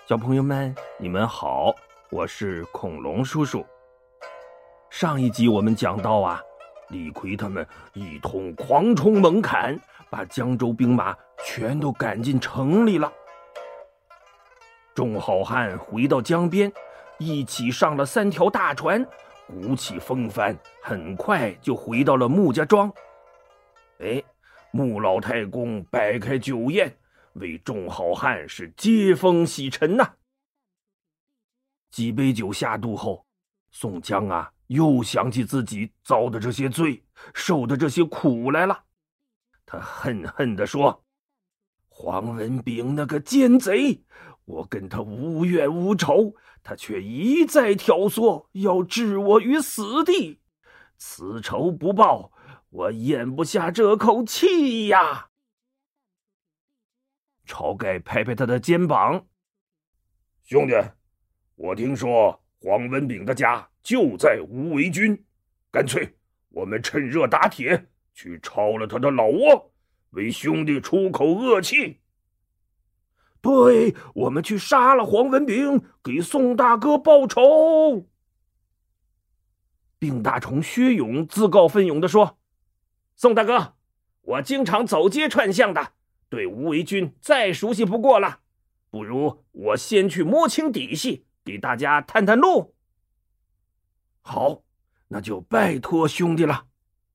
小朋友们，你们好，我是恐龙叔叔。上一集我们讲到李逵他们一通狂冲猛砍，把江州兵马全都赶进城里了。众好汉回到江边，一起上了3条大船，鼓起风帆，很快就回到了穆家庄。穆老太公摆开酒宴，为众好汉是接风洗尘呐。几杯酒下肚后，宋江又想起自己遭的这些罪，受的这些苦来了。他恨恨地说：黄文炳那个奸贼，我跟他无怨无仇，他却一再挑唆，要置我于死地。此仇不报，我咽不下这口气呀！晁盖拍拍他的肩膀：兄弟，我听说黄文炳的家就在无为军，干脆我们趁热打铁，去抄了他的老窝，为兄弟出口恶气。对，我们去杀了黄文炳，给宋大哥报仇。病大虫薛勇自告奋勇地说：宋大哥，我经常走街串巷的，对无为军再熟悉不过了，不如我先去摸清底细，给大家探探路。好，那就拜托兄弟了。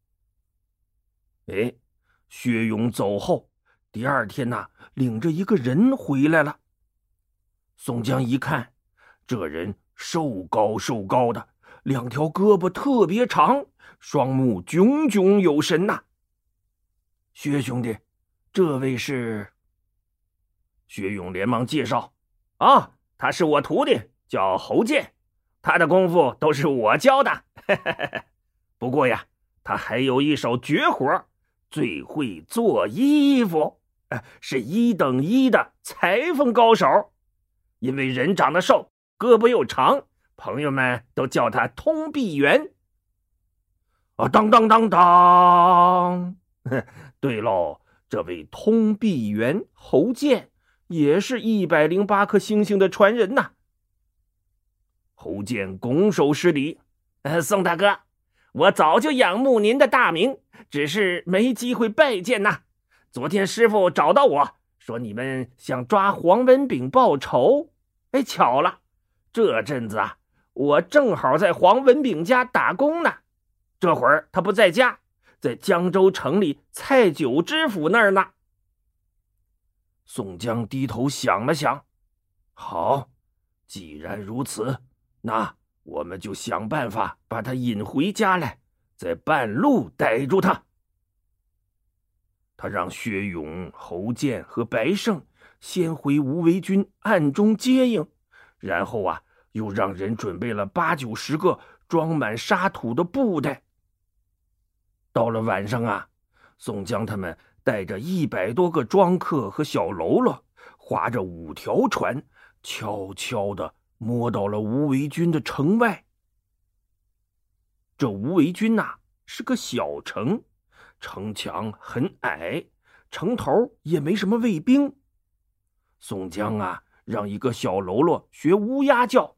薛勇走后，第二天领着一个人回来了。宋江一看，这人瘦高瘦高的，2条胳膊特别长，双目炯炯有神呐。薛兄弟，这位是？薛勇连忙介绍：他是我徒弟，叫侯健，他的功夫都是我教的。不过他还有一手绝活，最会做衣服，是1等1的裁缝高手。因为人长得瘦，胳膊又长，朋友们都叫他通臂猿。当当当当！对喽，这位通臂猿侯健也是108颗星星的传人呐。侯健拱手施礼：宋大哥，我早就仰慕您的大名，只是没机会拜见呐。昨天师傅找到我说你们想抓黄文炳报仇，巧了，这阵子我正好在黄文炳家打工呢。这会儿他不在家，在江州城里蔡九知府那儿呢。宋江低头想了想，好，既然如此，那我们就想办法把他引回家来，在半路逮住他。他让薛勇、侯健和白胜先回无为军暗中接应，然后又让人准备了8、90个装满沙土的布袋。到了晚上宋江他们带着100多个庄客和小喽啰，划着5条船，悄悄地摸到了无为军的城外。这无为军是个小城，城墙很矮，城头也没什么卫兵。宋江让一个小喽啰学乌鸦叫，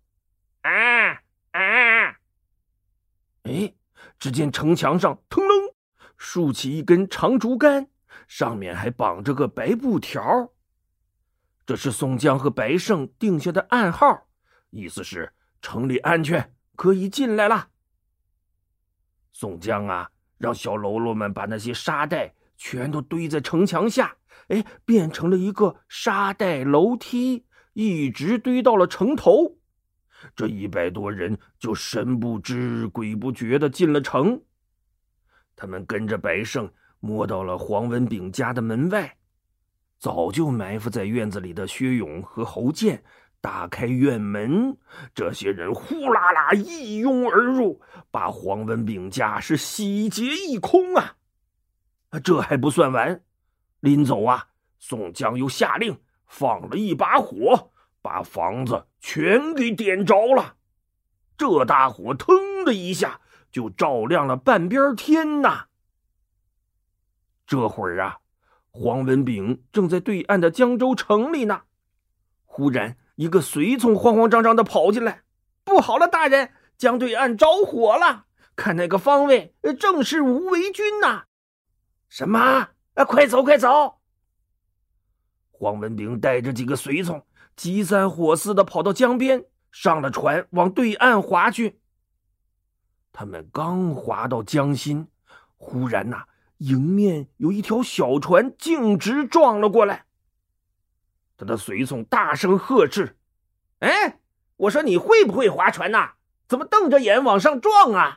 只见城墙上腾楞竖起一根长竹竿，上面还绑着个白布条。这是宋江和白胜定下的暗号，意思是城里安全，可以进来了。宋江让小喽啰们把那些沙袋全都堆在城墙下，变成了一个沙袋楼梯，一直堆到了城头。这100多人就神不知鬼不觉地进了城。他们跟着白胜摸到了黄文炳家的门外，早就埋伏在院子里的薛勇和侯健打开院门，这些人呼啦啦一拥而入，把黄文炳家是洗劫一空这还不算完，临走宋江又下令放了一把火，把房子全给点着了。这大火腾的一下就照亮了半边天呐。这会儿黄文炳正在对岸的江州城里呢。忽然一个随从慌慌张张地跑进来：“不好了，大人，江对岸着火了！看那个方位，正是吴为军呐！”“什么？快走快走！”黄文炳带着几个随从急三火四地跑到江边，上了船往对岸划去。他们刚划到江心，忽然迎面有一条小船径直撞了过来。他的随从大声呵斥：“哎，我说你会不会划船呐？怎么瞪着眼往上撞啊？”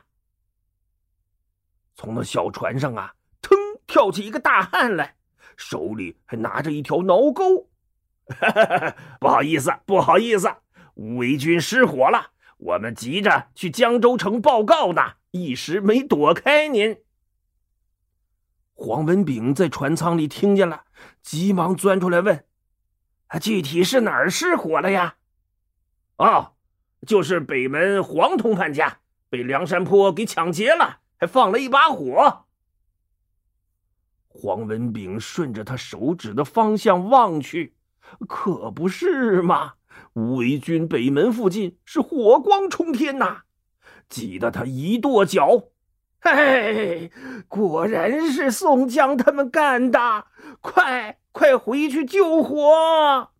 从那小船上腾跳起一个大汉来，手里还拿着一条挠钩。“不好意思，不好意思，吴为军失火了，我们急着去江州城报告呢，一时没躲开您。”黄文炳在船舱里听见了，急忙钻出来问：“具体是哪儿失火了呀？”“哦，就是北门黄通判家被梁山坡给抢劫了，还放了一把火。”黄文炳顺着他手指的方向望去，可不是嘛，吴为军北门附近是火光冲天呐，急得他一跺脚：“嘿，果然是宋江他们干的！快回去救火！”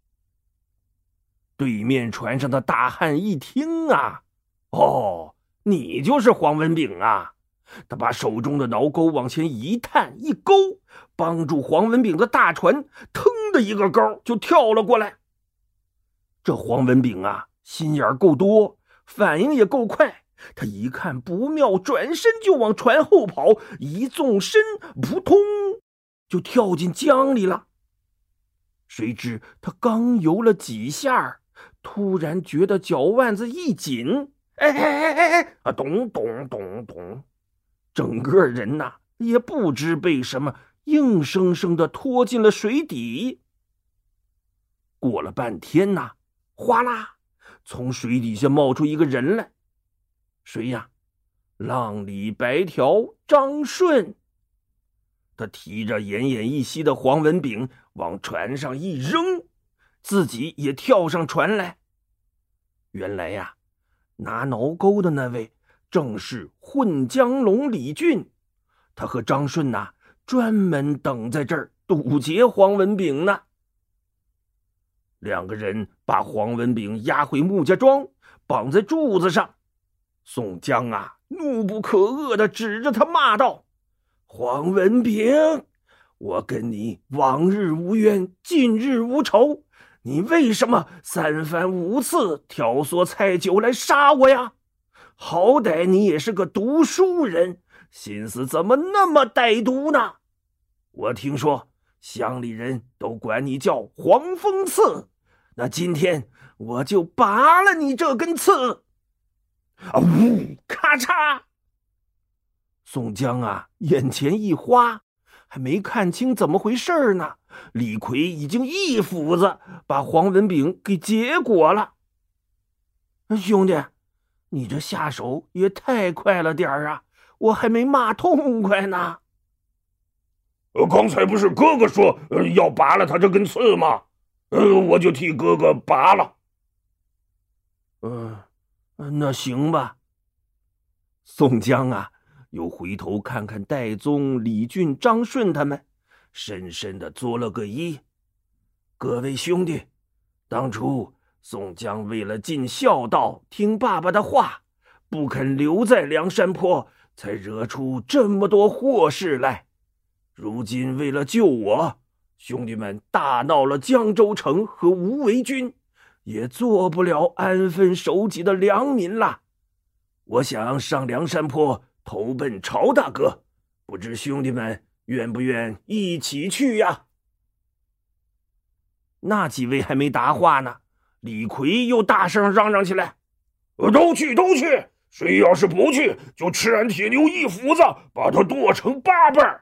对面船上的大汉一听哦，你就是黄文炳啊！他把手中的挠钩往前一探一勾，帮助黄文炳的大船腾的一个高就跳了过来。这黄文炳心眼够多，反应也够快，他一看不妙，转身就往船后跑，一纵身，扑通就跳进江里了。谁知他刚游了几下，突然觉得脚腕子一紧，咚咚咚咚，整个人也不知被什么硬生生的拖进了水底。过了半天哗啦，从水底下冒出一个人来。谁呀？浪里白条张顺。他提着奄奄一息的黄文炳往船上一扔，自己也跳上船来。原来拿挠钩的那位正是混江龙李俊，他和张顺专门等在这儿堵截黄文炳呢。两个人把黄文炳押回穆家庄，绑在柱子上。宋江怒不可遏地指着他骂道：“黄文炳，我跟你往日无冤，近日无仇，你为什么三番五次挑唆蔡九来杀我呀？好歹你也是个读书人，心思怎么那么歹毒呢？我听说乡里人都管你叫黄风刺，那今天我就拔了你这根刺！”呜，咔嚓！宋江眼前一花，还没看清怎么回事呢，李逵已经一斧子把黄文炳给结果了。兄弟，你这下手也太快了点我还没骂痛快呢。 刚才不是哥哥说要拔了他这根刺吗？我就替哥哥拔了。 那行吧。宋江又回头看看戴宗、李俊、张顺他们，深深的作了个揖：“各位兄弟，当初宋江为了尽孝道，听爸爸的话，不肯留在梁山坡，才惹出这么多祸事来。如今为了救我，兄弟们大闹了江州城和吴为军，也做不了安分守己的良民了。我想上梁山坡投奔曹大哥，不知兄弟们愿不愿一起去呀？”那几位还没答话呢，李逵又大声嚷嚷起来：“ 都去都去！谁要是不去，就赤鞍铁牛一斧子把他剁成8瓣！”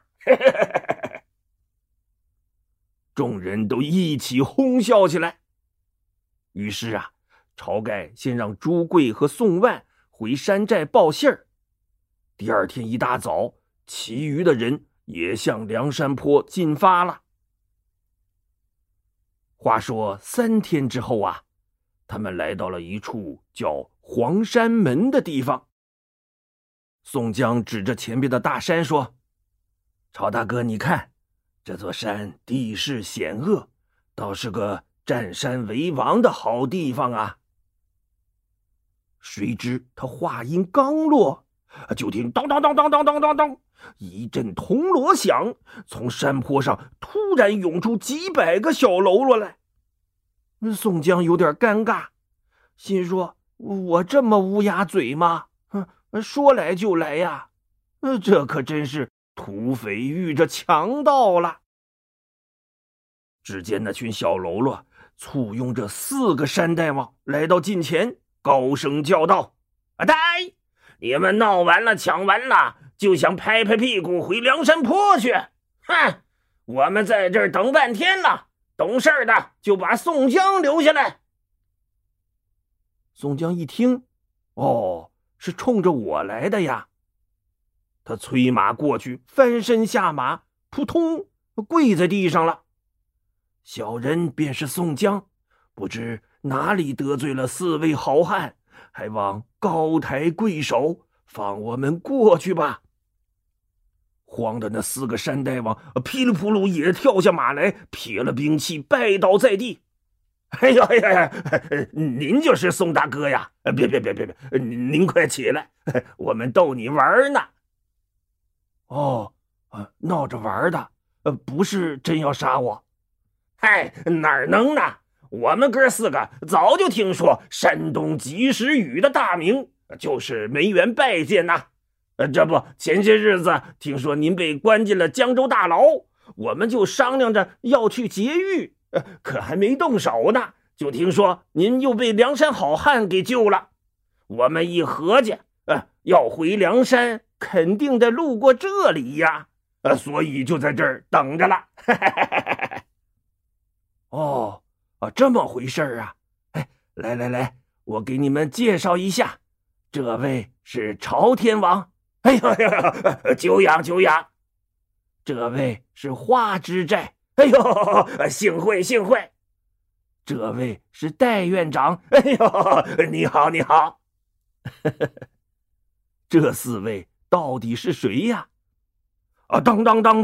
众人都一起哄笑起来。于是晁盖先让朱贵和宋万回山寨报信儿。第二天一大早，其余的人也向梁山坡进发了。 话说3天之后啊，他们来到了一处叫黄山门的地方。宋江指着前边的大山说：“曹大哥，你看，这座山地势险恶，倒是个占山为王的好地方啊。”谁知他话音刚落，就听当当当当当当当当一阵铜锣响，从山坡上突然涌出几百个小喽啰来。宋江有点尴尬，心说：“我这么乌鸦嘴吗？说来就来呀！这可真是土匪遇着强盗了。”只见那群小喽啰簇拥着4个山大王来到近前，高声叫道：“呆！你们闹完了抢完了，就想拍拍屁股回梁山坡去？哼！我们在这儿等半天了，懂事的就把宋江留下来。”宋江一听，哦，是冲着我来的呀。他催马过去，翻身下马，扑通跪在地上了。小人便是宋江，不知哪里得罪了4位好汉，还望高抬贵手，放我们过去吧。慌的那4个山大王噼里扑噜也跳下马来，撇了兵器，拜倒在地。哎呀哎呀，您就是宋大哥呀！别，您快起来，我们逗你玩呢。哦，闹着玩的，不是真要杀我。嗨，哪能呢？我们哥4个早就听说山东及时雨的大名，就是没缘拜见呐。这不，前些日子听说您被关进了江州大牢，我们就商量着要去劫狱，可还没动手呢，就听说您又被梁山好汉给救了。我们一合计，要回梁山肯定得路过这里呀，所以就在这儿等着了。哦，这么回事啊！来，我给你们介绍一下，这位是朝天王。哎呦，久仰。这位是花枝寨。哎呦，幸会。这位是戴院长。哎呦，你好。这4位到底是谁呀？当，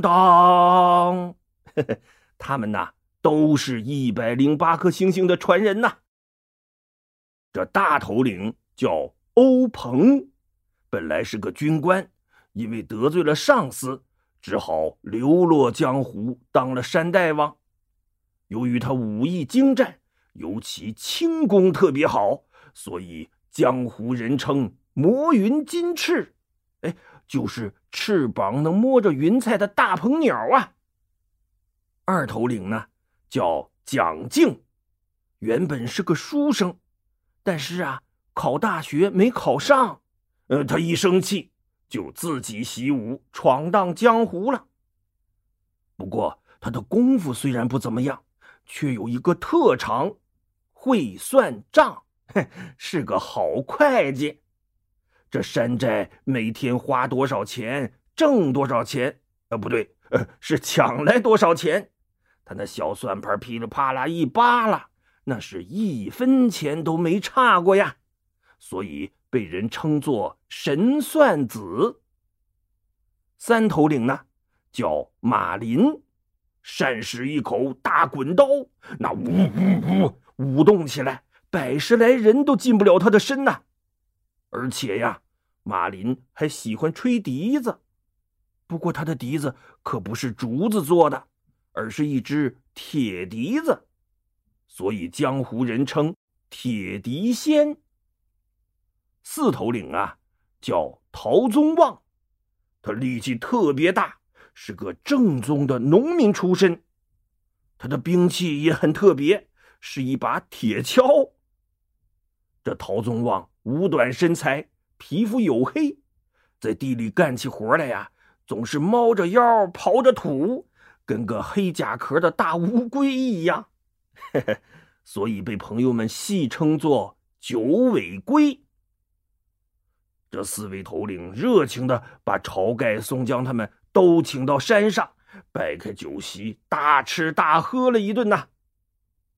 他们呐，都是108颗星星的传人呐。这大头领叫欧鹏，本来是个军官，因为得罪了上司，只好流落江湖，当了山大王。由于他武艺精湛，尤其轻功特别好，所以江湖人称魔云金翅，就是翅膀能摸着云彩的大鹏鸟啊。二头领呢，叫蒋敬，原本是个书生，但是考大学没考上，他一生气就自己习武，闯荡江湖了。不过他的功夫虽然不怎么样，却有一个特长，会算账，是个好会计。这山寨每天花多少钱，挣多少钱，不对，是抢来多少钱，他那小算盘噼里啪啦一扒拉，那是1分钱都没差过呀，所以被人称作神算子。3头领呢，叫马林，善使一口大滚刀，那舞动起来，100来人都进不了他的身呐。而且呀，马林还喜欢吹笛子，不过他的笛子可不是竹子做的，而是一只铁笛子，所以江湖人称铁笛仙。4头领叫陶宗旺，他力气特别大，是个正宗的农民出身。他的兵器也很特别，是一把铁锹。这陶宗旺五短身材，皮肤黝黑，在地里干起活来总是猫着腰刨着土，跟个黑甲壳的大乌龟一样，所以被朋友们戏称作九尾龟。这4位头领热情地把晁盖、宋江他们都请到山上，摆开酒席，大吃大喝了一顿呐。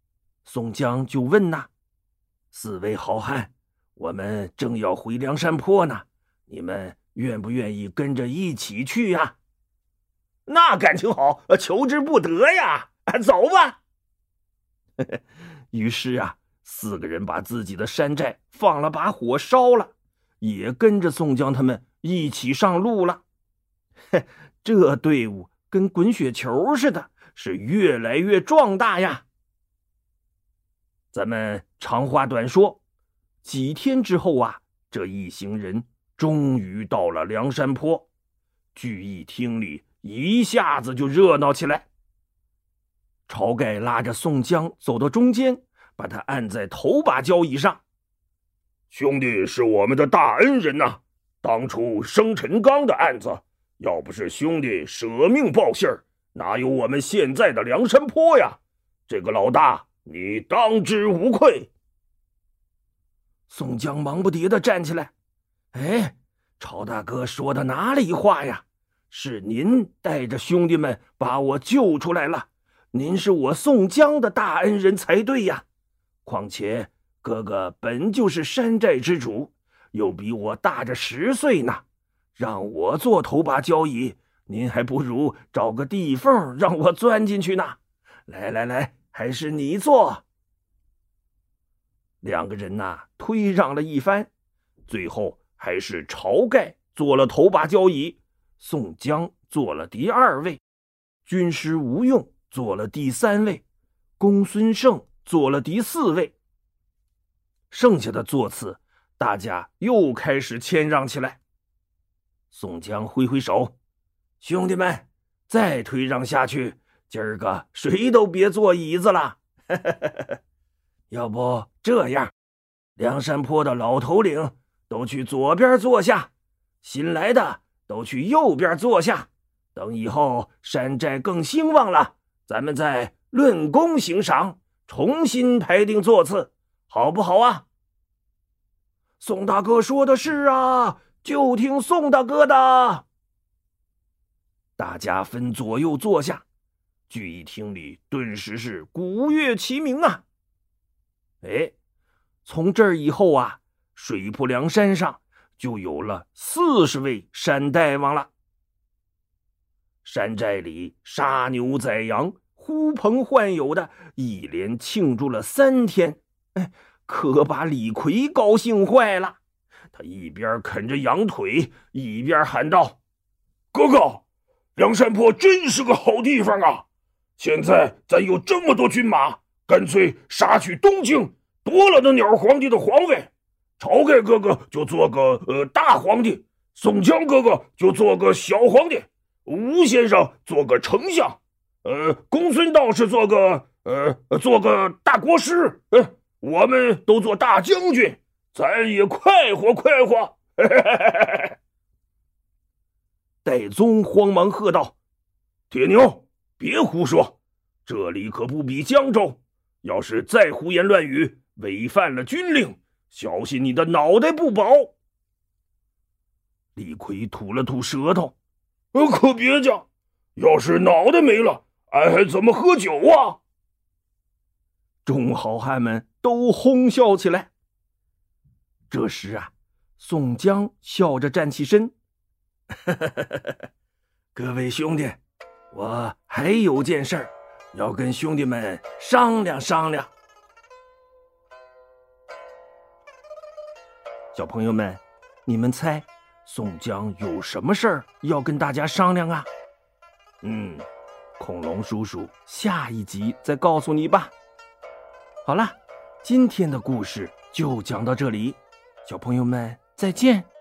宋江就问呐：“四位好汉，我们正要回梁山坡呢，你们愿不愿意跟着一起去呀？”“ 那感情好，求之不得呀！走吧。” 于是啊，四个人把自己的山寨放了把火烧了，也跟着宋江他们一起上路了。这队伍跟滚雪球似的，是越来越壮大呀。咱们长话短说，几天之后啊，这一行人终于到了梁山坡，聚义厅里一下子就热闹起来。晁盖拉着宋江走到中间，把他按在头把交椅上。 “兄弟是我们的大恩人呐，当初生辰纲的案子，要不是兄弟舍命报信儿，哪有我们现在的梁山坡呀？这个老大，你当之无愧。” 宋江忙不迭地站起来：“哎，晁大哥说的哪里话呀？是您带着兄弟们把我救出来了，您是我宋江的大恩人才对呀。况且哥哥本就是山寨之主，又比我大着10岁呢，让我做头把交椅，您还不如找个地缝让我钻进去呢。来来来，还是你坐。”两个人呐，推让了一番，最后还是晁盖做了头把交椅，宋江做了第2位，军师吴用做了第3位，公孙胜做了第4位。剩下的座次，大家又开始谦让起来。宋江挥挥手：“兄弟们，再推让下去，今儿个谁都别坐椅子了。要不这样，梁山坡的老头领都去左边坐下，新来的都去右边坐下，等以后山寨更兴旺了，咱们再论功行赏，重新排定座次，好不好啊？”“宋大哥说的是啊，就听宋大哥的。”大家分左右坐下，聚义厅里顿时是鼓乐齐鸣啊。从这儿以后啊，水泊梁山上就有了40位山大王了。山寨里杀牛宰羊，呼朋唤友的，一连庆祝了3天，可把李逵高兴坏了。他一边啃着羊腿，一边喊道：“ 哥哥，梁山坡真是个好地方啊！现在咱有这么多军马，干脆杀去东京，夺了那鸟皇帝的皇位，晁盖哥哥就做个大皇帝，宋江哥哥就做个小皇帝，吴先生做个丞相，公孙道士做个大国师，我们都做大将军，咱也快活快活。” 戴宗慌忙喝道：“ 铁牛，别胡说，这里可不比江州，要是再胡言乱语，违反了军令，小心你的脑袋不保。” 李逵吐了吐舌头：“ 可别讲，要是脑袋没了，俺还怎么喝酒啊？” 众好汉们都哄笑起来。这时啊，宋江笑着站起身：“各位兄弟，我还有件事儿要跟兄弟们商量商量。”小朋友们，你们猜宋江有什么事儿要跟大家商量啊？恐龙叔叔下一集再告诉你吧。好了，今天的故事就讲到这里，小朋友们再见。